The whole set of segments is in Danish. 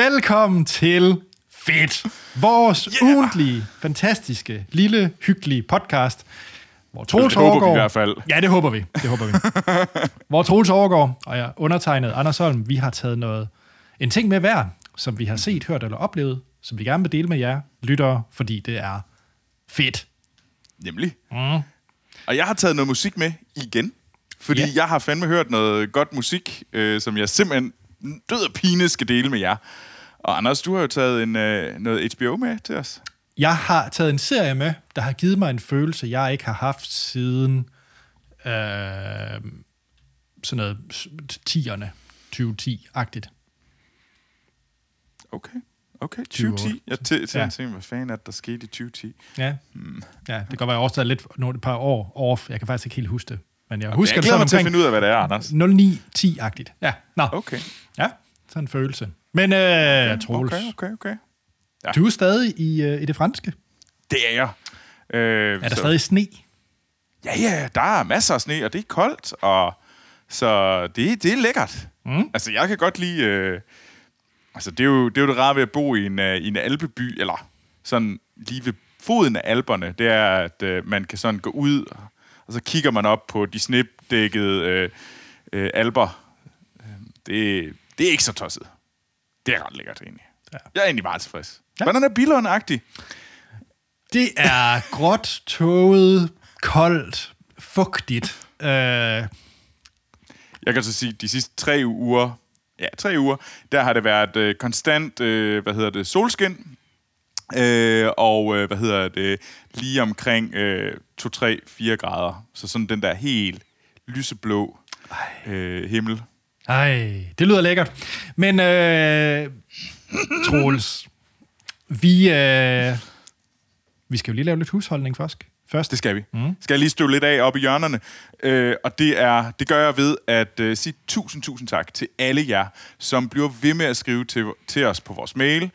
Velkommen til Fedt, vores ugentlige, fantastiske, lille, hyggelige podcast, hvor Troels overgår... Det håber vi i hvert fald. Ja, det håber vi. Hvor Troels overgår, og jeg undertegnet Anders Holm, vi har taget en ting med hver, som vi har set, hørt eller oplevet, som vi gerne vil dele med jer lyttere, fordi det er fedt. Nemlig. Og jeg har taget noget musik med igen, fordi jeg har fandme hørt noget godt musik, som jeg simpelthen død og pine skal dele med jer. Og Anders, du har jo taget noget HBO med til os. Jeg har taget en serie med, der har givet mig en følelse, jeg ikke har haft siden sådan noget 10'erne, 2010-agtigt. Okay, 2010. Jeg tænkte, hvad fanden er det, der skete i 2010? Ja, ja, det kan godt være overstået lidt et par år off. Jeg kan faktisk ikke helt huske det. Men jeg husker jeg glæder mig til at finde ud af, hvad det er, Anders. 09-10-agtigt. Ja, nå. Okay. Ja, sådan en følelse. Men Troels, okay. Ja. Du er stadig i det franske. Det er jeg. Er der stadig sne? Ja, der er masser af sne, og det er koldt, og så det er lækkert. Altså, jeg kan godt lide... altså, det er jo det rare ved at bo i en alpeby, eller sådan lige ved foden af Alperne, det er, at man kan sådan gå ud, og så kigger man op på de snedækkede alper. Det er ikke så tosset. Det er ret lækkert, egentlig. Ja. Jeg er egentlig meget tilfreds. Ja. Hvordan er Billund-agtig? Det er gråt, tåget, koldt, fugtigt. Jeg kan så sige, at de sidste 3 uger, der har det været konstant, solskin. Og lige omkring 2-3-4 grader. Så sådan den der helt lyseblå himmel. Ej, det lyder lækkert. Men Troels, vi skal jo lige lave lidt husholdning først. Det skal vi. Skal jeg lige støve lidt af op i hjørnerne. Og det gør jeg ved at sige tusind tak til alle jer, som bliver ved med at skrive til os på vores mail.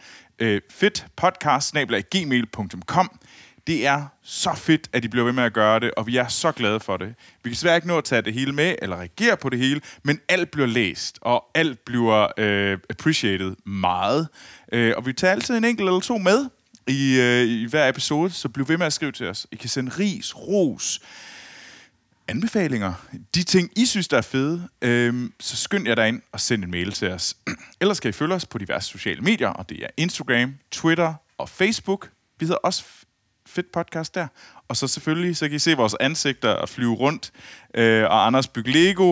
fedtpodcast@gmail.com. Det er så fedt, at I bliver ved med at gøre det, og vi er så glade for det. Vi kan desværre ikke nå at tage det hele med, eller reagere på det hele, men alt bliver læst, og alt bliver appreciated meget. Og vi tager altid en enkelt eller 2 med i hver episode, så bliv ved med at skrive til os. I kan sende ris, ros, anbefalinger, de ting, I synes, der er fede, så skynd jer derind og send en mail til os. Ellers skal I følge os på diverse sociale medier, og det er Instagram, Twitter og Facebook. Vi hedder også Fedt Podcast der. Og så selvfølgelig, så kan I se vores ansigter og flyve rundt, og Anders bygge Lego,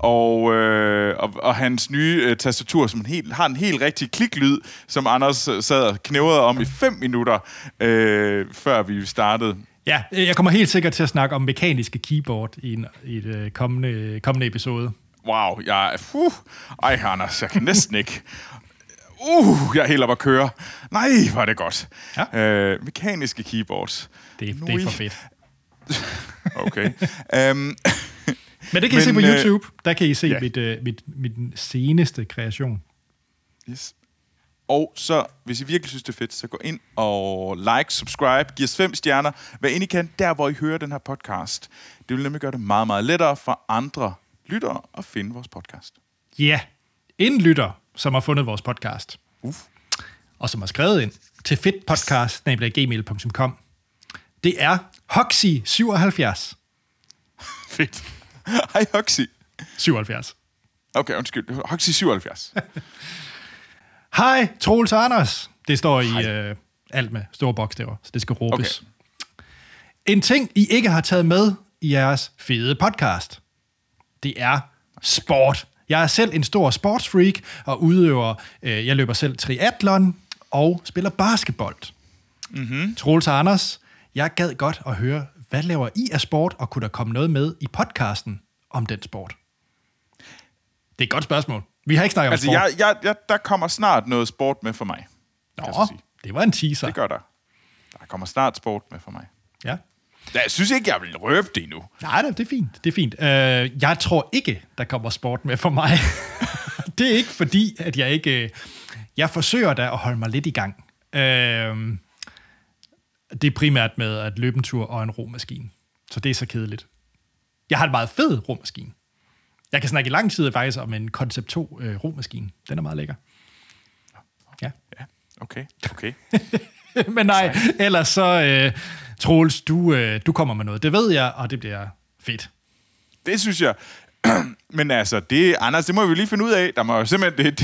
og hans nye tastatur, som har en helt rigtig kliklyd, som Anders sad og knævrede om i 5 minutter, før vi startede. Ja, jeg kommer helt sikkert til at snakke om mekaniske keyboard i et kommende episode. Wow, ej, Anders, jeg kan næsten ikke. Jeg er helt op at køre. Nej, hvor er det godt. Ja. Mekaniske keyboards. Det er for fedt. Okay. Men det kan I se på YouTube. Der kan I se mit seneste kreation. Yes. Og så, hvis I virkelig synes, det er fedt, så gå ind og like, subscribe, giv os 5 stjerner, hvad end I kan, der hvor I hører den her podcast. Det vil nemlig gøre det meget, meget lettere for andre lyttere at finde vores podcast. Ja, en lytter, som har fundet vores podcast, og som har skrevet ind til fedtpodcast@gmail.com. Det er Hoxie77. Fedt. Hej Hoxie. 77. Okay, undskyld. Hoxie77. Hej, Troels og Anders. Det står i alt med store bogstaver, så det skal råbes. Okay. En ting, I ikke har taget med i jeres fede podcast, det er sport. Jeg er selv en stor sportsfreak og udøver, jeg løber selv triathlon og spiller basketball. Troels og Anders, jeg gad godt at høre, hvad laver I af sport, og kunne der komme noget med i podcasten om den sport? Det er et godt spørgsmål. Vi har ikke snakket om sport. Der kommer snart noget sport med for mig. Nå, det var en teaser. Det gør der. Der kommer snart sport med for mig. Ja. Jeg synes ikke, jeg vil røbe det endnu. Nej, det er fint. Det er fint. Jeg tror ikke, der kommer sport med for mig. Det er ikke fordi, at jeg ikke... Jeg forsøger da at holde mig lidt i gang. Det er primært med at løbe en tur og en romaskine. Så det er så kedeligt. Jeg har en meget fed romaskine. Jeg kan snakke i lang tid faktisk om en Concept 2 romaskine. Den er meget lækker. Ja. Okay. Men nej, ellers så, Troels, du kommer med noget. Det ved jeg, og det bliver fedt. Det synes jeg. Men altså, Anders, det må vi lige finde ud af. Der må jo simpelthen...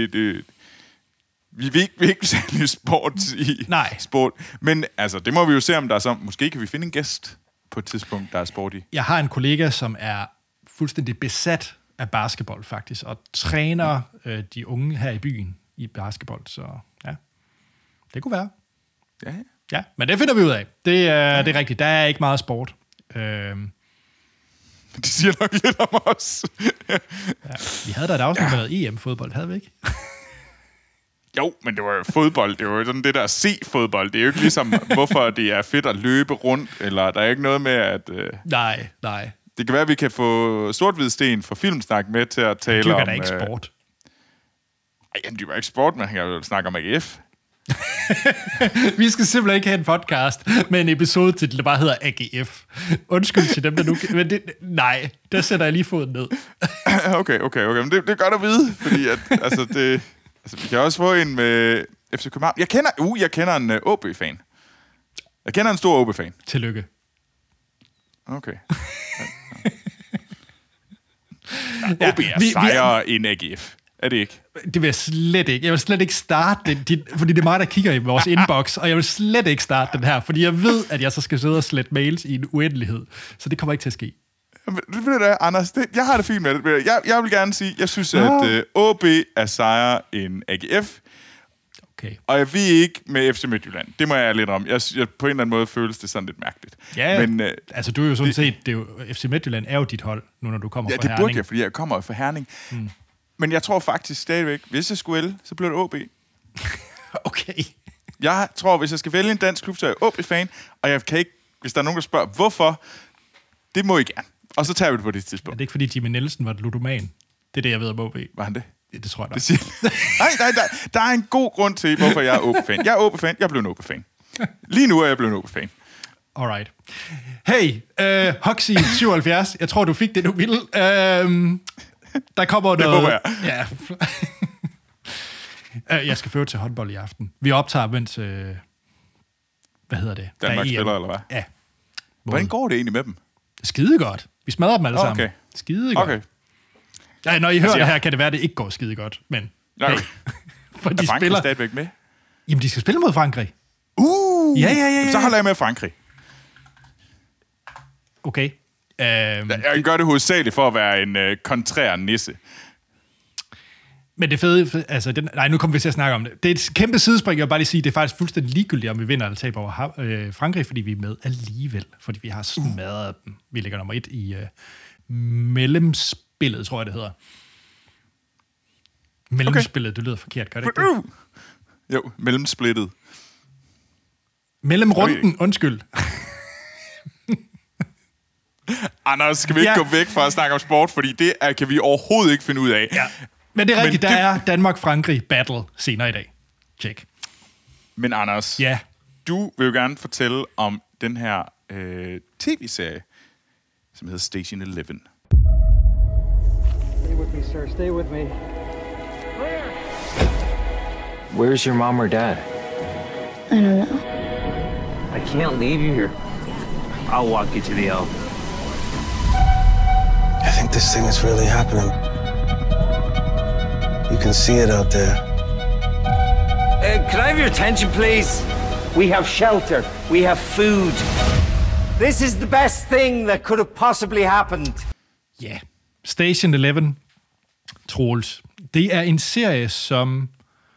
Vi vil ikke sælge sport i sport. Men altså, det må vi jo se, om der er så... Måske kan vi finde en gæst på et tidspunkt, der er sport i. Jeg har en kollega, som er fuldstændig besat af basketball, faktisk, og træner de unge her i byen i basketball. Så ja, det kunne være. Ja, men det finder vi ud af. Det er rigtigt. Der er ikke meget sport. De siger nok lidt om os. Ja, vi havde da et afsnit med noget EM-fodbold, havde vi ikke? Jo, men det var jo fodbold. Det var jo sådan det der C-fodbold. Det er jo ikke ligesom, hvorfor det er fedt at løbe rundt, eller der er ikke noget med, at... Nej. Det kan være, at vi kan få Sort-Hvid-Sten fra Filmsnak med til at tale om... Det er ikke sport. Ej, det var ikke sport, men han kan jo snakke om AGF. Vi skal simpelthen ikke have en podcast med en episode til, der bare hedder AGF. Undskyld til dem, der nu... Men nej, der sætter jeg lige foden ned. Okay. Men det er godt at vide, fordi at, vi kan også få en med FC København. Jeg kender en OB-fan. Jeg kender en stor OB-fan. Tillykke. Okay. OB er sejere end AGF. Er det ikke? Det vil jeg slet ikke. Jeg vil slet ikke starte den, fordi det er mig, der kigger i vores inbox, og jeg vil slet ikke starte den her, fordi jeg ved, at jeg så skal sidde og slette mails i en uendelighed. Så det kommer ikke til at ske. Det ved du, Anders. Jeg har det fint med det. Jeg vil gerne sige, jeg synes, at OB er sejere end AGF. Okay. Og jeg ved ikke med FC Midtjylland. Det må jeg lidt om. Jeg på en eller anden måde føles det sådan lidt mærkeligt. Ja, men, altså du er jo sådan set, FC Midtjylland er jo dit hold, nu når du kommer fra Herning. Ja, det burde jeg, fordi jeg kommer fra Herning. Men jeg tror faktisk stadigvæk, hvis jeg skulle vælge, så bliver det OB. Okay. Jeg tror, hvis jeg skal vælge en dansk klub, så er jeg OB-fan, og jeg kan ikke, hvis der er nogen, der spørger, hvorfor, det må I gerne. Og så tager vi det på det tidspunkt. Er det ikke, fordi Jimmy Nielsen var et ludoman? Det er det, jeg ved om OB. Var han det? Ja, det tror jeg da. Nej, der er en god grund til, hvorfor jeg er OB-fan. Jeg er OB-fan, jeg blev en OB-fan. Lige nu er jeg blevet en OB-fan. Alright. Hey, Hoxie 77, jeg tror, du fik det, du ville. Der kommer noget... Det håber jeg. Ja. Jeg skal føre til håndbold i aften. Vi optager, mens... hvad hedder det? Danmark spiller, eller hvad? Ja. Hvordan går det egentlig med dem? Skide godt. Vi smadrer dem alle sammen. Okay. Skide godt. Okay. Ja, når I hører det her, kan det være, at det ikke går skide godt. Men okay. Hey, for de Frankrig spiller... stadigvæk med? Jamen, de skal spille mod Frankrig. Ja. Så holder jeg med Frankrig. Okay. Jeg gør det hovedsageligt for at være en kontrær nisse. Men det fede, altså, nu kommer vi til at snakke om det. Det er et kæmpe sidespring, jeg vil bare lige sige, det er faktisk fuldstændig ligegyldigt, om vi vinder eller taber over Frankrig, fordi vi er med alligevel, fordi vi har smadret dem. Vi ligger nummer 1 i mellemspillet, tror jeg, det hedder. Mellemspillet, det lyder forkert, gør det ikke det? Jo, mellemsplittet. Mellemrunden, undskyld. Anders, skal vi ikke gå væk fra at snakke om sport, fordi det kan vi overhovedet ikke finde ud af. Ja. Men det er rigtigt, der er Danmark-Frankrig battle senere i dag. Check. Men Anders, du vil jo gerne fortælle om den her tv-serie, som hedder Station 11. Stay with me, sir. Stay with me. Where's your mom or dad? I don't know. I can't leave you here. I'll walk you to the L. I think this thing is really happening. You can see it out there. Can I have your attention, please? We have shelter. We have food. This is the best thing that could have possibly happened. Ja, yeah. Station 11, Troels. Det er en serie, som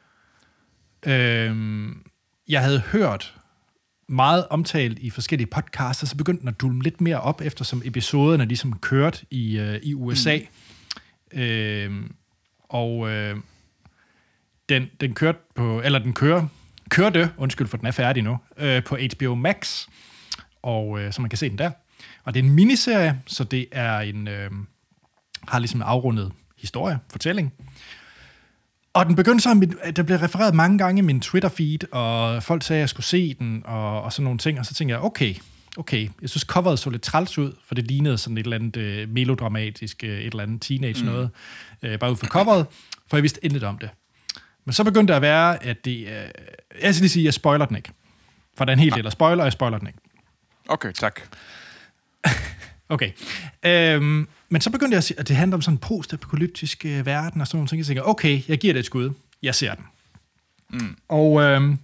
jeg havde hørt meget omtalt i forskellige podcasts, og så begyndte den at dulme lidt mere op, eftersom episoderne ligesom kørte i USA. Den kørte på, eller den kørte, undskyld, for den er færdig nu, på HBO Max, og så man kan se den der. Og det er en miniserie, så det er har ligesom en afrundet historie, fortælling. Og den begyndte så, der blev refereret mange gange i min Twitter-feed, og folk sagde, at jeg skulle se den, og sådan nogle ting, og så tænkte jeg, okay, jeg synes coveret så lidt træls ud, for det lignede sådan et eller andet melodramatisk, et eller andet teenage noget, bare ud fra coveret, for jeg vidste intet om det. Men så begyndte det at være, at det... jeg skal lige sige, jeg spoiler den ikke. For der er en hel del af spoiler, og jeg spoiler den ikke. Okay, tak. Okay. Men så begyndte jeg at sige, at det handler om sådan en post-apokalyptisk verden og sådan nogle ting. Jeg tænker, okay, jeg giver det et skud. Jeg ser den. Og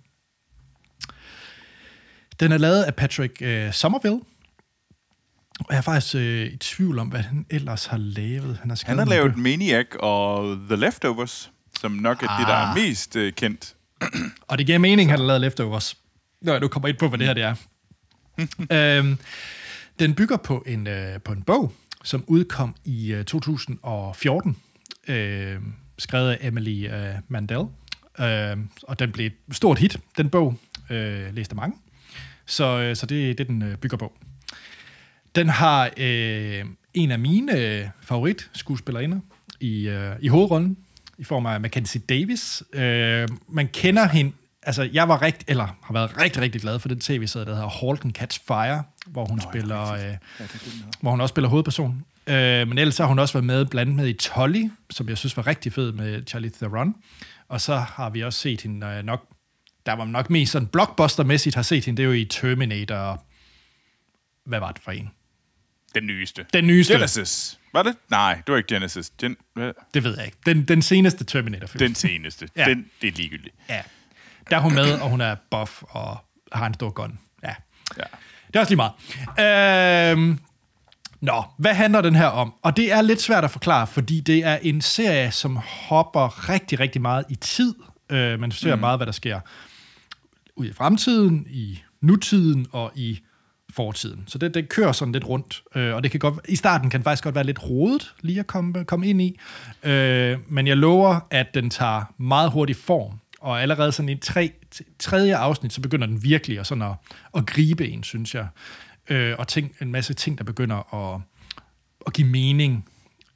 den er lavet af Patrick Somerville. Og jeg er faktisk i tvivl om, hvad han ellers har lavet. Han har lavet Maniac og The Leftovers, som nok er det, der er mest kendt. Og det giver mening, at han har lavet Leftovers. Når jeg nu kommer ind på, hvad det her det er. Den bygger på en bog, som udkom i 2014, skrevet af Emily Mandel. Og den blev et stort hit, den bog. Læste mange. Så det er det, den bygger på. Den har en af mine favoritskuespillerinder i hovedrollen, i form af Mackenzie Davis. Man kender hende. Altså, jeg var har været rigtig, rigtig glad for den tv-serie, der hedder *Halt and Catch Fire*, hvor hun hvor hun også spiller hovedperson. Men ellers har hun også været blandt med i *Tully*, som jeg synes var rigtig fed med Charlize Theron. Og så har vi også set hende der var nok mest sådan blockbuster-mæssigt har set hende, det er jo i *Terminator*. Hvad var det for en? Den nyeste. Genesis. Var det? Nej, det var ikke Genesis. Det ved jeg ikke. Den seneste Terminator-film. Den seneste. Ja. Det er ligegyldigt. Ja. Der er hun med, og hun er buff og har en stor gun. Ja. Det er også lige meget. Hvad handler den her om? Og det er lidt svært at forklare, fordi det er en serie, som hopper rigtig, rigtig meget i tid. Man ser meget, hvad der sker ud i fremtiden, i nutiden og i fortiden. Så det kører sådan lidt rundt. Og det kan godt, i starten kan det faktisk godt være lidt rodet lige at komme ind i. Men jeg lover, at den tager meget hurtig form. Og allerede sådan i tredje afsnit, så begynder den virkelig at gribe en, synes jeg. Og en masse ting, der begynder at give mening.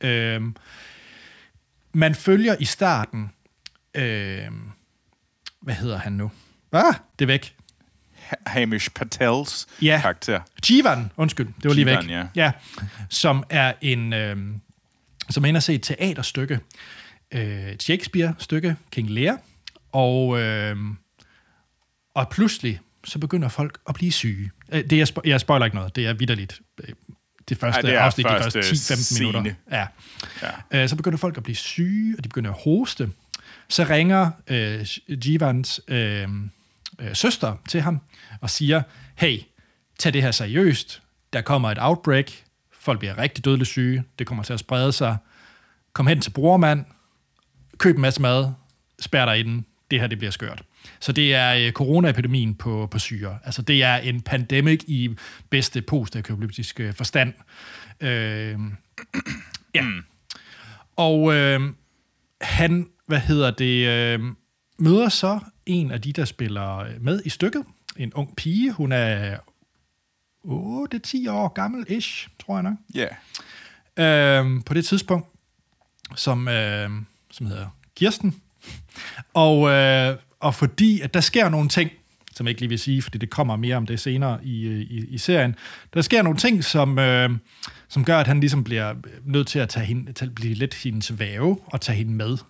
Man følger i starten... hvad hedder han nu? Det er væk. Hamish Patels karakter. Jeevan, undskyld, det var lige væk. Ja. Som er som er inde at se et teaterstykke. Et Shakespeare-stykke, King Lear. Og pludselig, så begynder folk at blive syge. Jeg spoiler ikke noget, det er vitterligt. Det første afsnit, de første 10-15 minutter. Ja. Så begynder folk at blive syge, og de begynder at hoste. Så ringer Jeevans søster til ham og siger, hey, tag det her seriøst. Der kommer et outbreak. Folk bliver rigtig dødeligt syge. Det kommer til at sprede sig. Kom hen til brormand. Køb en masse mad. Spær dig i den. Det her, det bliver skørt. Så det er coronaepidemien på syre. Altså, det er en pandemic i bedste post-apokalyptiske forstand. Ja. Og han, møder så en af de, der spiller med i stykket. En ung pige. Hun er 8-10 år gammel-ish, tror jeg nok. Ja. Yeah. På det tidspunkt, som hedder Kirsten. Og fordi, at der sker nogle ting, som jeg ikke lige vil sige, fordi det kommer mere om det senere i serien. Der sker nogle ting, som gør, at han ligesom bliver nødt til at blive lidt hendes værge og tage hende med.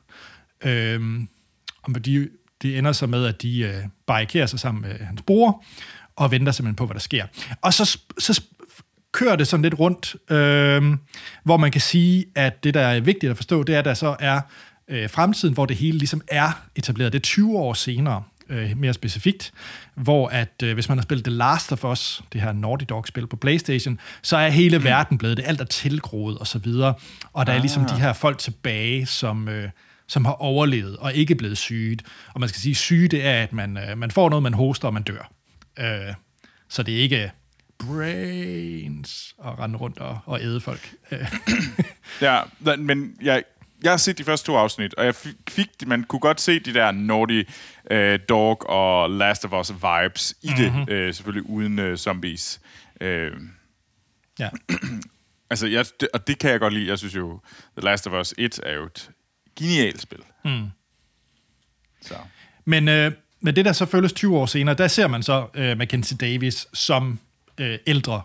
Og de ender så med, at de barrikerer sig sammen med hans bror og venter simpelthen på, hvad der sker. Og så kører det sådan lidt rundt, hvor man kan sige, at det, der er vigtigt at forstå, det er, at der så er fremtiden, hvor det hele ligesom er etableret. Det er 20 år senere, mere specifikt, hvor at hvis man har spillet The Last of Us, det her Naughty Dog-spil på PlayStation, så er hele verden blevet det, alt er tilgroet og så videre. Og der er ligesom de her folk tilbage, som har overlevet og ikke blevet syge. Og man skal sige, syge, det er, at man får noget, man hoster, og man dør. Så det er ikke brains at rende rundt og æde folk. Ja, men jeg har set de første 2 afsnit, og man kunne godt se de der Naughty Dog og Last of Us vibes i det, selvfølgelig uden zombies. Ja. Altså, og det kan jeg godt lide. Jeg synes jo, The Last of Us 1 er jo et genialt spil. Så. Men det, der så føles 20 år senere, der ser man så Mackenzie Davis som ældre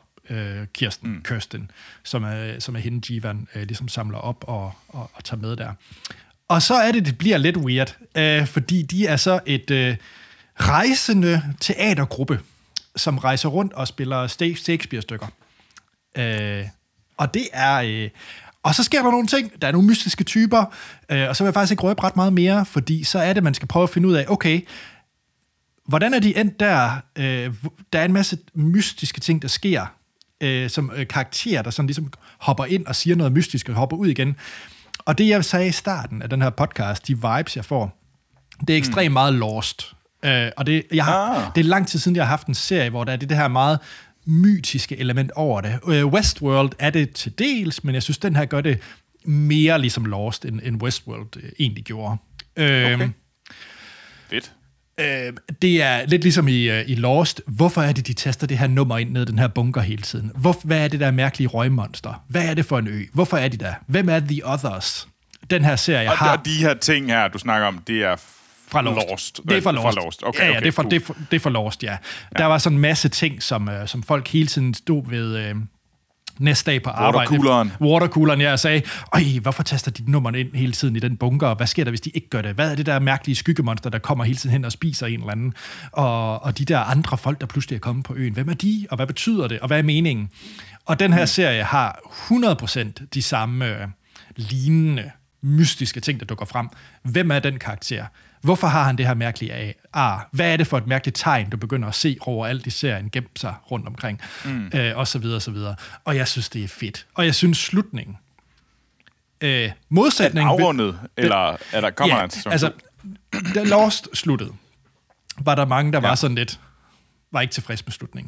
Kirsten, som er hende, Jeevan ligesom samler op og tager med der. Og så er det bliver lidt weird, fordi de er så et rejsende teatergruppe, som rejser rundt og spiller Shakespeare-stykker. Og det er... og så sker der nogle ting. Der er nogle mystiske typer, og så vil jeg faktisk ikke røbe ret meget mere, fordi så er det, man skal prøve at finde ud af, okay, hvordan er de endt der? Der er en masse mystiske ting, der sker, som karakterer, der sådan ligesom hopper ind og siger noget mystisk og hopper ud igen. Og det, jeg sagde i starten af den her podcast, de vibes, jeg får, det er ekstremt meget Lost. Og det er lang tid siden, jeg har haft en serie, hvor der er det her meget mytiske element over det. Westworld er det til dels, men jeg synes, den her gør det mere ligesom Lost, end Westworld egentlig gjorde. Okay. Fedt. Det er lidt ligesom i Lost. Hvorfor er det, de tester det her nummer ind ned i den her bunker hele tiden? Hvad er det der mærkelige røgmonster? Hvad er det for en ø? Hvorfor er de der? Hvem er The Others? Den her serie har... Og de her ting her, du snakker om, det er fra Lost. Det er fra Lost. Okay, ja, det er fra Lost, ja. Der var sådan en masse ting, som folk hele tiden stod ved... næste dag på arbejde. Watercooleren, ja, og sagde, hvorfor taster de nummerne ind hele tiden i den bunker, og hvad sker der, hvis de ikke gør det? Hvad er det der mærkelige skyggemonster, der kommer hele tiden hen og spiser en eller anden? Og de der andre folk, der pludselig er kommet på øen, hvem er de, og hvad betyder det, og hvad er meningen? Og den her serie har 100% de samme lignende, mystiske ting, der dukker frem. Hvem er den karakter? Hvorfor har han det her mærkelige ar? Hvad er det for et mærkeligt tegn, du begynder at se overalt i serien gemt sig rundt omkring? Og så videre, og så videre. Og jeg synes, det er fedt. Og jeg synes, slutningen... modsætning... Er den afrundet, eller er der kommer en sæson? Altså, da Lost sluttede, var der mange, der var sådan lidt... var ikke tilfreds med slutningen.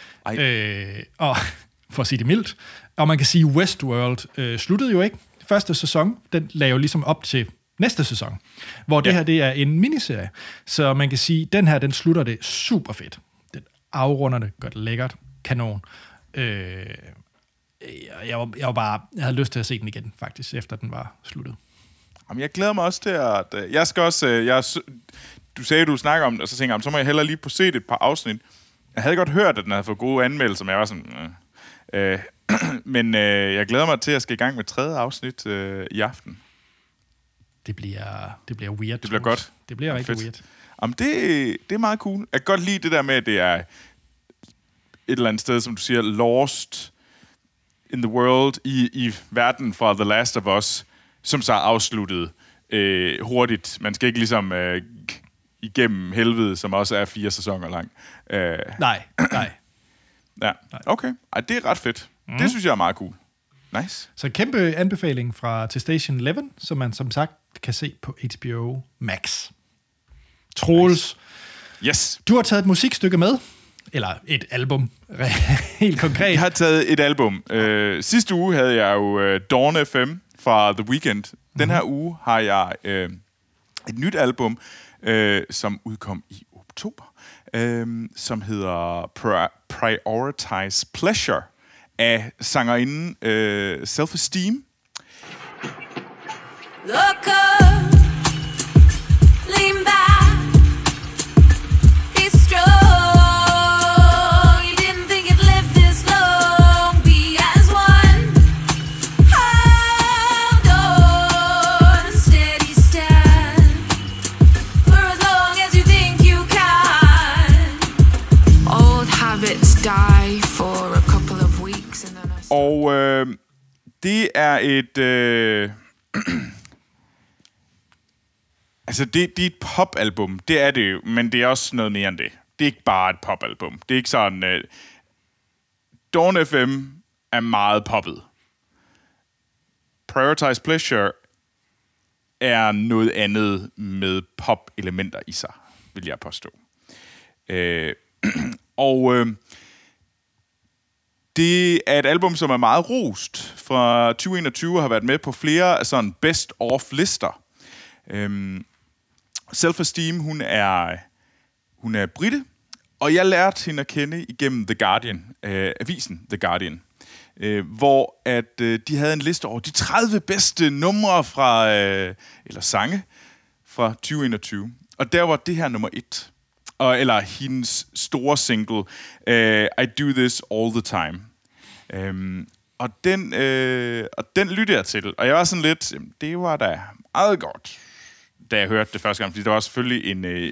Og for at sige det mildt. Og man kan sige, Westworld sluttede jo ikke. Første sæson, den lagde jo ligesom op til næste sæson, hvor det her, det er en miniserie. Så man kan sige, den her, den slutter det super fedt. Den afrunder det, gør det lækkert, kanon. Jeg havde lyst til at se den igen, faktisk, efter den var sluttet. Jamen, jeg glæder mig også til, at... Jeg skal også... du sagde, du snakker om det, og så tænker jeg, så må jeg hellere lige på se et par afsnit. Jeg havde godt hørt, at den havde fået gode anmeldelser, men jeg var sådan... men jeg glæder mig til, at jeg skal i gang med 3. afsnit i aften. Det bliver weird. Det bliver godt. Det bliver rigtig weird. Jamen, det er meget cool. Jeg kan godt lide det der med, at det er et eller andet sted, som du siger, lost in the world, i verden fra The Last of Us, som så er afsluttet hurtigt. Man skal ikke ligesom igennem helvede, som også er 4 sæsoner lang. Nej. Ja, okay. Ej, det er ret fedt. Det synes jeg er meget cool. Nice. Så kæmpe anbefaling til Station 11, som man som sagt kan se på HBO Max. Troels. Nice. Yes. Du har taget et musikstykke med. Eller et album, helt konkret. Jeg har taget et album. Sidste uge havde jeg jo Dawn FM fra The Weeknd. Den her uge har jeg et nyt album, som udkom i oktober, som hedder Prioritize Pleasure af sangerinden Self-Esteem. Look up, lean back, be strong. You didn't think it'd live this long. Be as one. Hold on, steady stand for as long as you think you can. Old habits die for a couple of weeks and then Og det er et... altså, det er et popalbum. Det er det jo, men det er også noget mere end det. Det er ikke bare et popalbum. Det er ikke sådan... Dawn FM er meget poppet. Prioritize Pleasure er noget andet med pop-elementer i sig, vil jeg påstå. Det er et album, som er meget rost fra 2021 og har været med på flere sådan best-of-lister. Self-Esteem, hun er brite, og jeg lærte hende at kende igennem The Guardian, avisen The Guardian, hvor at de havde en liste over de 30 bedste numre fra, eller sange fra 2021. Og der var det her nummer 1. Eller hendes store single, I Do This All The Time. Og den lyttede jeg til. Og jeg var sådan lidt, det var da meget godt, da jeg hørte det første gang. Fordi der var selvfølgelig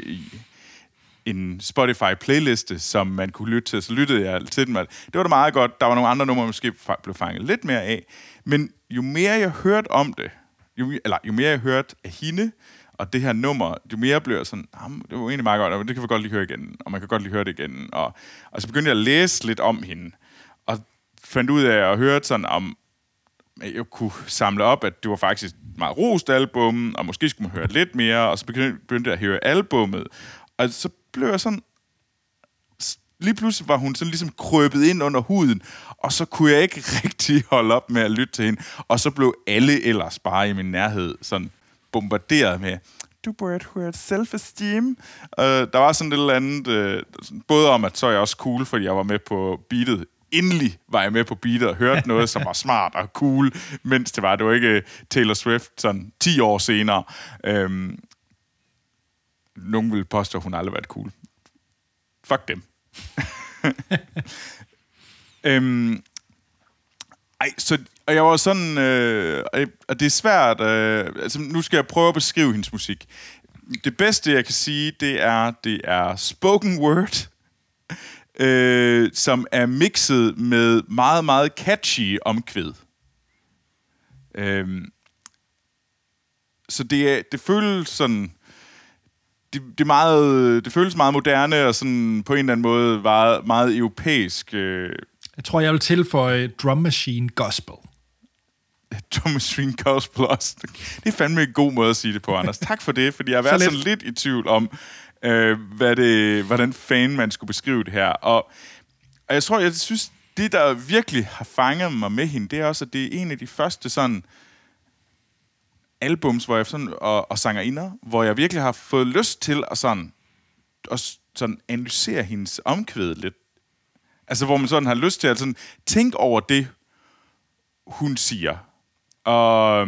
en Spotify-playliste, som man kunne lytte til. Så lyttede jeg til den. Det var da meget godt. Der var nogle andre numre, måske blev fanget lidt mere af. Men jo mere jeg hørte om det, jo mere jeg hørte af hende, og det her nummer, jo mere blev jeg sådan, det var egentlig meget godt, og det kan vi godt lige høre igen, og man kan godt lige høre det igen. Og så begyndte jeg at læse lidt om hende, og fandt ud af at høre sådan om, at jeg kunne samle op, at det var faktisk et meget rost album, og måske skulle man høre lidt mere, og så begyndte jeg at høre albummet, og så blev jeg sådan, lige pludselig var hun sådan ligesom krøbet ind under huden, og så kunne jeg ikke rigtig holde op med at lytte til hende, og så blev alle ellers bare i min nærhed sådan bombarderet med, du burde høre self-esteem. Der var sådan et eller andet, både om, at så er jeg også cool, fordi jeg var med på beatet. Endelig var jeg med på beatet og hørte noget, som var smart og cool, mens det var ikke Taylor Swift sådan 10 år senere. Nogen ville påstå, at hun aldrig været cool. Fuck dem. Og jeg var sådan, og det er svært, altså nu skal jeg prøve at beskrive hendes musik. Det bedste, jeg kan sige, det er spoken word, som er mixet med meget, meget catchy omkvæd. Så det føles sådan, det føles meget moderne, og sådan på en eller anden måde meget, meget europæisk. Jeg tror, jeg vil tilføje Drum Machine Gospel. Drum Machine Gospel også. Det er fandme en god måde at sige det på, Anders. Tak for det, fordi jeg har været sådan lidt i tvivl om, hvordan fanden man skulle beskrive det her. Og jeg synes, det der virkelig har fanget mig med hende, det er også, at det er en af de første sådan albums, hvor jeg sådan, og sangerinder, hvor jeg virkelig har fået lyst til at sådan analysere hendes omkvæd lidt. Altså, hvor man sådan har lyst til at sådan tænke over det, hun siger. Og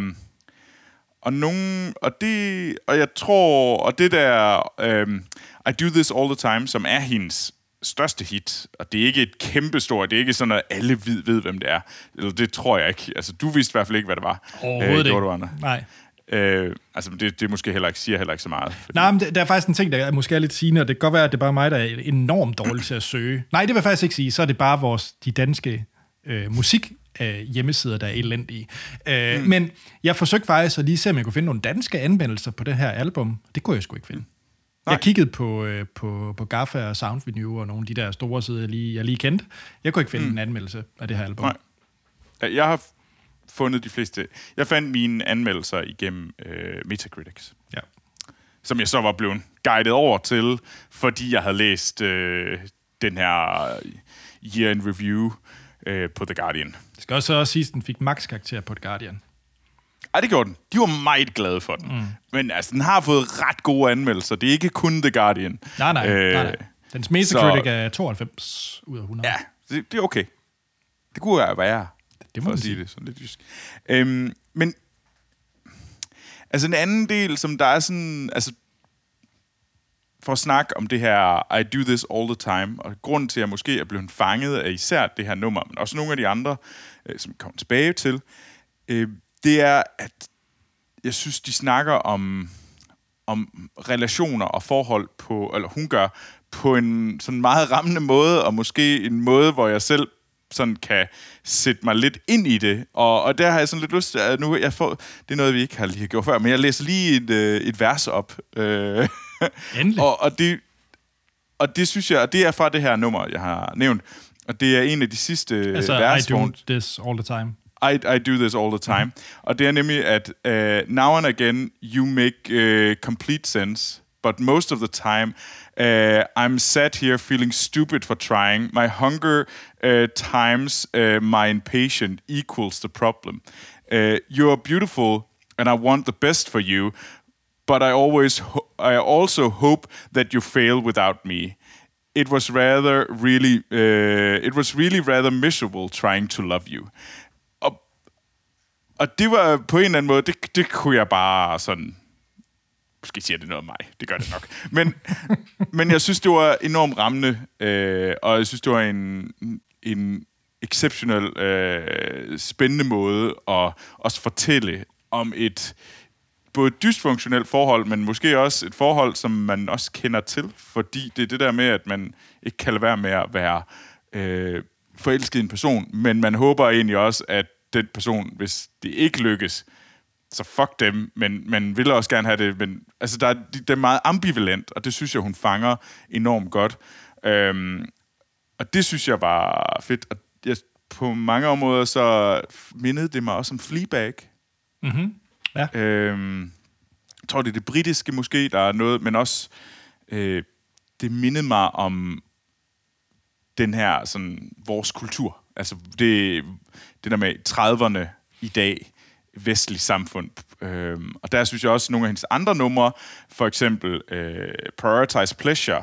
jeg tror, og det der I Do This All The Time, som er hendes største hit, og det er ikke et kæmpestort, det er ikke sådan, at alle ved, hvem det er. Eller det tror jeg ikke. Altså, du vidste i hvert fald ikke, hvad det var. Overhovedet ikke. Nej. Altså, det måske siger heller ikke så meget. Fordi... Nej, men der er faktisk en ting, der måske er lidt sigende, og det kan godt være, at det er bare mig, der er enormt dårlig til at søge. Nej, det vil jeg faktisk ikke sige. Så er det bare de danske musik hjemmesider, der er elendige. Men jeg forsøgte faktisk at lige se, om jeg kunne finde nogle danske anmeldelser på det her album. Det kunne jeg sgu ikke finde. Nej. Jeg kiggede på Gaffa og Soundvenue og nogle af de der store sider, jeg lige kendte. Jeg kunne ikke finde en anmeldelse af det her album. Nej. Jeg har fundet de fleste. Jeg fandt mine anmeldelser igennem Metacritics. Ja. Som jeg så var blevet guidet over til, fordi jeg havde læst den her Year in Review på The Guardian. Det skal også sige, at den fik max-karakter på The Guardian. Ej, det gjorde den. De var meget glade for den. Men altså, den har fået ret gode anmeldelser. Det er ikke kun The Guardian. Nej. Dens Metacritic er 92 ud af 100. Ja, det er okay. Det kunne jeg være. Det må man sige. Det sådan lidt jysk. Men altså en anden del, som der er sådan, altså for at snakke om det her I Do This All The Time, og grunden til, at jeg måske er blevet fanget af især det her nummer, men også nogle af de andre, som vi kommer tilbage til, det er, at jeg synes, de snakker om relationer og forhold på, eller hun gør, på en sådan meget rammende måde, og måske en måde, hvor jeg selv sådan kan sætte mig lidt ind i det. Og der har jeg sådan lidt lyst til, at nu det er noget, vi ikke har lige gjort før, men jeg læser lige et vers op. Endelig. Og det synes jeg, og det er fra det her nummer, jeg har nævnt, og det er en af de sidste vers. I do this all the time. I do this all the time. Og det er nemlig, at now and again, you make complete sense, but most of the time, I'm sat here feeling stupid for trying. My hunger times my impatience equals the problem. You're beautiful, and I want the best for you, but I also hope that you fail without me. It was really rather miserable trying to love you. Og det var på en eller anden måde, det kunne jeg bare sådan... Måske siger det noget om mig, det gør det nok. Men jeg synes, det var enormt rammende, og jeg synes, det var exceptionel, spændende måde at også fortælle om et både dysfunktionelt forhold, men måske også et forhold, som man også kender til, fordi det er det der med, at man ikke kan lade være med at være forelsket i en person, men man håber egentlig også, at den person, hvis det ikke lykkes, så fuck dem, men man vil også gerne have det, men altså det er meget ambivalent, og det synes jeg, hun fanger enormt godt. Og det synes jeg var fedt, og på mange områder så mindede det mig også om Fleabag. Mm-hmm. Ja. Jeg tror, det er det britiske måske, der er noget, men også det mindede mig om den her, sådan, vores kultur. Altså det der med 30'erne i dag, vestlig samfund. Og der synes jeg også, nogle af hendes andre numre, for eksempel Prioritize Pleasure,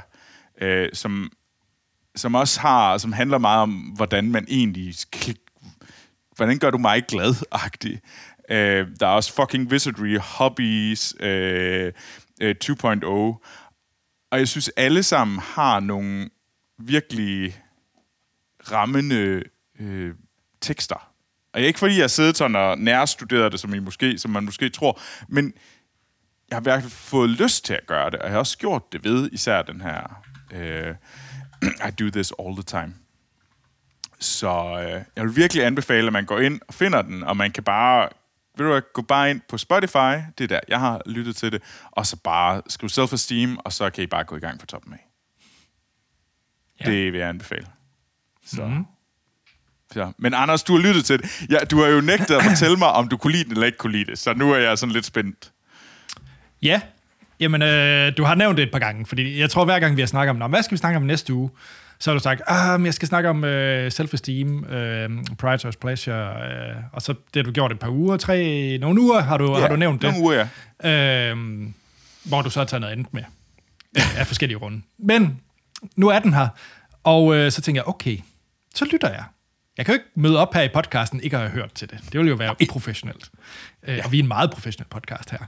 som også som handler meget om, hvordan man egentlig... Hvordan gør du mig glad-agtig? Der er også fucking Wizardry, Hobbies, 2.0. Og jeg synes, alle sammen har nogle virkelig rammende tekster. Og ikke fordi jeg har siddet sådan og nærstuderet det, som man måske tror, men jeg har virkelig fået lyst til at gøre det, og jeg har også gjort det ved især den her I do this all the time. Så jeg vil virkelig anbefale, at man går ind og finder den, og man kan bare gå bare ind på Spotify, det er der, jeg har lyttet til det, og så bare skrive Self-Esteem, og så kan I bare gå i gang fra toppen af. Ja. Det vil jeg anbefale. Så. Mm-hmm. Ja. Men Anders, du har lyttet til det. Ja, du har jo nægtet at fortælle mig, om du kunne lide det eller ikke kunne lide det, så nu er jeg sådan lidt spændt. Ja, jamen du har nævnt det et par gange, fordi jeg tror, hver gang vi har snakket om, hvad skal vi snakke om næste uge, så har du sagt, jeg skal snakke om self-esteem, Prioritize Pleasure, og så det har du gjort et par uger, nogle uger har du nævnt det. Nogle uger, ja. Hvor du så har taget noget andet med, af forskellige runde. Men nu er den her, og så tænker jeg, okay, så lytter jeg. Jeg kan jo ikke møde op her i podcasten, ikke at have hørt til det. Det vil jo være uprofessionelt. Og vi er en meget professionel podcast her.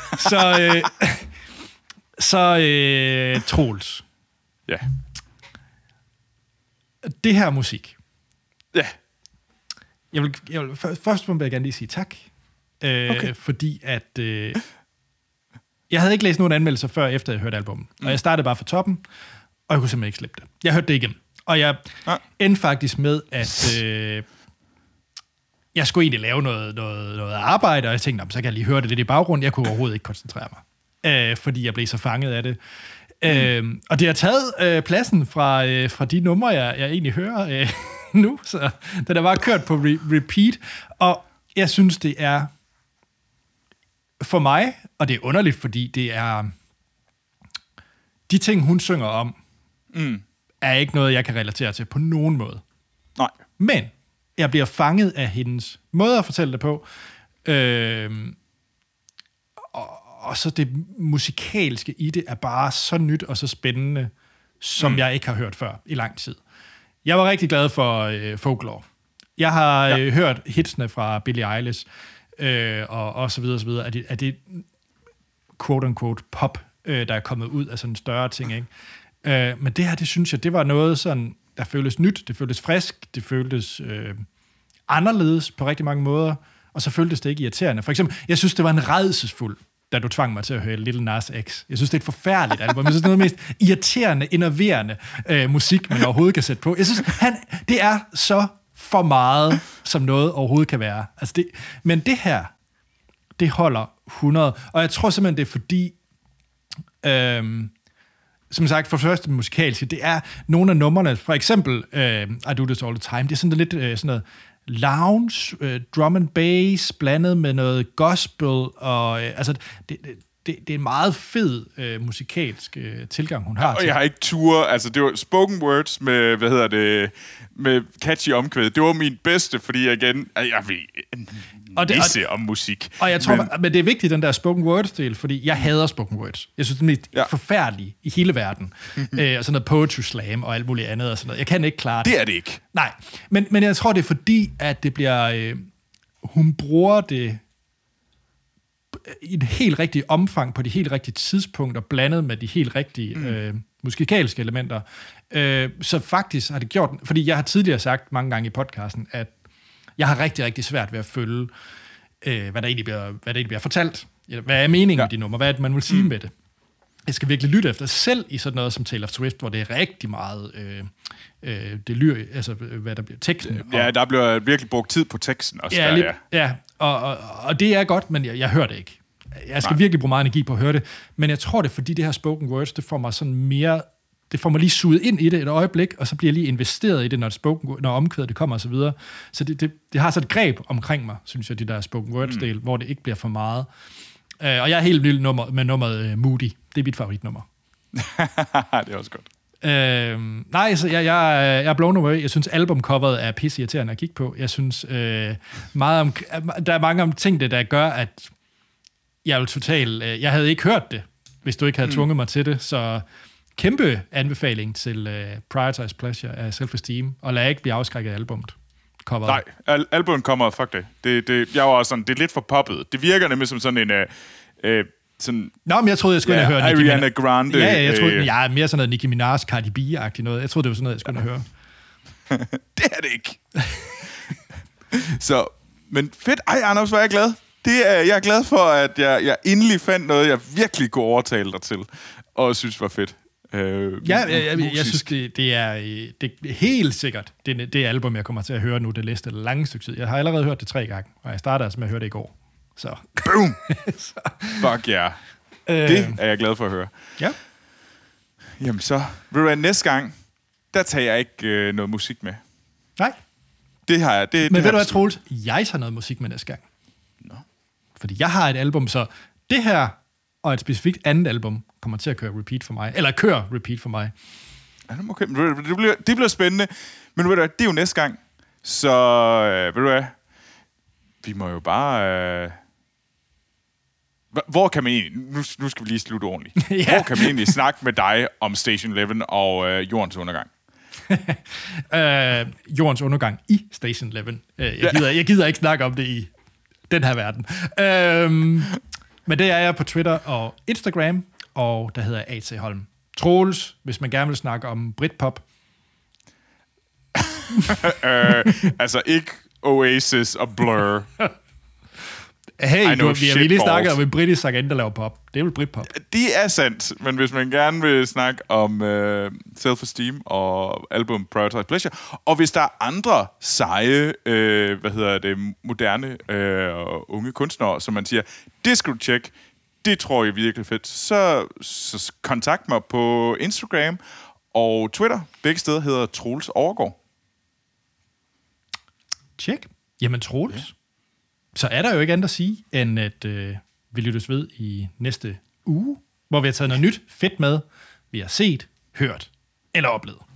Så Troels. Ja. Det her musik. Ja. Først vil jeg gerne lige sige tak. Okay. Fordi at... jeg havde ikke læst nogen anmeldelser før, efter jeg hørte albumet. Og jeg startede bare fra toppen, og jeg kunne simpelthen ikke slippe det. Jeg hørte det igen. Og jeg endte faktisk med, at jeg skulle egentlig lave noget arbejde, og jeg tænkte, så kan jeg lige høre det lidt i baggrunden. Jeg kunne overhovedet ikke koncentrere mig, fordi jeg blev så fanget af det. Og det har taget pladsen fra de numre, jeg egentlig hører nu, så den er bare kørt på repeat. Og jeg synes, det er for mig, og det er underligt, fordi det er de ting, hun synger om, er ikke noget, jeg kan relatere til på nogen måde. Nej. Men jeg bliver fanget af hendes måde at fortælle det på, og så det musikalske i det er bare så nyt og så spændende, som jeg ikke har hørt før i lang tid. Jeg var rigtig glad for Folklore. Jeg har hørt hitsene fra Billie Eilish, og så videre, så videre. Er det quote-unquote pop, der er kommet ud af sådan større ting, ikke? Men det her, det synes jeg, det var noget sådan, der føltes nyt, det føltes frisk, det føltes anderledes på rigtig mange måder, og så føltes det ikke irriterende. For eksempel, jeg synes, det var en rædselsfuld, da du tvang mig til at høre Little Nas X. Jeg synes, det er et forfærdeligt album. Jeg synes, det er noget mest irriterende, enerverende musik, man overhovedet kan sætte på. Jeg synes, det er så for meget, som noget overhovedet kan være. Altså men det her, det holder 100. Og jeg tror simpelthen, det er fordi... som sagt, for første musikalske, det er nogle af numrene, for eksempel I Do This All The Time, det er sådan lidt sådan noget lounge, drum and bass, blandet med noget gospel, og altså, det er en meget fed musikalsk tilgang, hun har. Og jeg har ikke altså det var spoken words med, med catchy omkvæd. Det var min bedste, fordi jeg ved om musik. Og jeg tror, men det er vigtigt, den der spoken words-del, fordi jeg hader spoken words. Jeg synes, det er mest forfærdeligt i hele verden. Og sådan noget poetry slam og alt muligt andet og sådan noget. Jeg kan ikke klare det. Det er det ikke. Nej, men jeg tror, det er fordi, at det bliver... hun bruger det i et helt rigtigt omfang, på de helt rigtige tidspunkter, blandet med de helt rigtige musikalske elementer. Så faktisk har det gjort... Fordi jeg har tidligere sagt mange gange i podcasten, at jeg har rigtig, rigtig svært ved at følge, hvad der egentlig bliver fortalt. Hvad er meningen med de numre? Hvad er det, man vil sige med det? Jeg skal virkelig lytte efter, selv i sådan noget som Taylor Swift, hvor det er rigtig meget det lyr, altså hvad der bliver teksten. Ja, der bliver virkelig brugt tid på teksten også. Og det er godt, men jeg hører det ikke. Jeg skal virkelig bruge meget energi på at høre det, men jeg tror det, fordi det her spoken words, det får mig sådan mere, det får mig lige suget ind i det et øjeblik, og så bliver jeg lige investeret i det, når omkvædet det kommer og så videre. Så det har så et greb omkring mig, synes jeg, de der spoken words-del, hvor det ikke bliver for meget. Og jeg er helt vild med nummeret Moody. Det er mit favoritnummer. Det er også godt. Nej, så jeg er blown away. Jeg synes, albumcoveret er pisseirriterende at kigge på. Jeg synes, der er mange om ting, der gør, at jeg vil totalt... jeg havde ikke hørt det, hvis du ikke havde tvunget mig til det. Så kæmpe anbefaling til Prioritize Pleasure af Self-Esteem, og lad ikke blive afskrækket af albumet. Nej, albumet kommer, fuck det. Jeg var også sådan, det er lidt for poppet. Det virker nemlig som sådan en... sådan, men jeg troede, jeg skulle høre Ariana Grande. Ja, jeg troede, jeg er mere sådan noget Nicki Minaj, Cardi B-agtigt noget. Jeg troede, det var sådan noget, jeg skulle høre. Det er det ikke. Så, men fedt. Ej, Anders, hvor er jeg glad. Jeg er glad for, at jeg endelig fandt noget, jeg virkelig kunne overtale dig til, og synes var fedt. Jeg synes, det er helt sikkert det album, jeg kommer til at høre nu, det næste lange stykke tid. Jeg har allerede hørt det 3 gange, og jeg starter altså med at høre det i går. Så. Boom! Fuck ja. Yeah. Det er jeg glad for at høre. Ja. Jamen så, ved du hvad, næste gang, der tager jeg ikke noget musik med. Nej. Det har jeg. Men ved du hvad, Troels? Jeg tager noget musik med næste gang. Nå. Fordi jeg har et album, så det her og et specifikt andet album kommer til at køre repeat for mig. Eller køre repeat for mig. Okay, det bliver spændende. Men ved du hvad, det er jo næste gang. Så ved du hvad, vi må jo bare... Hvor kan man egentlig... Nu skal vi lige slutte ordentligt. Ja. Hvor kan man egentlig snakke med dig om Station 11 og Jordens undergang? Jordens undergang i Station 11. Jeg gider ikke snakke om det i den her verden. Men det er jeg på Twitter og Instagram, og der hedder A.T. Holm. Troels, hvis man gerne vil snakke om Britpop. Altså ikke Oasis og Blur. Hey, vi har lige snakket om en britisk sangerinde, der laver pop. Det er vel Britpop. Det er sandt, men hvis man gerne vil snakke om Self-Esteem og album Prioritize Pleasure, og hvis der er andre seje, moderne og unge kunstnere, som man siger, det skal du tjekke, det tror jeg virkelig fedt, så kontakt mig på Instagram og Twitter. Begge steder hedder Troels Overgaard. Tjek. Jamen Troels. Ja. Så er der jo ikke andet at sige, end at vi lyttes ved i næste uge, hvor vi har taget noget nyt fedt med, vi har set, hørt eller oplevet.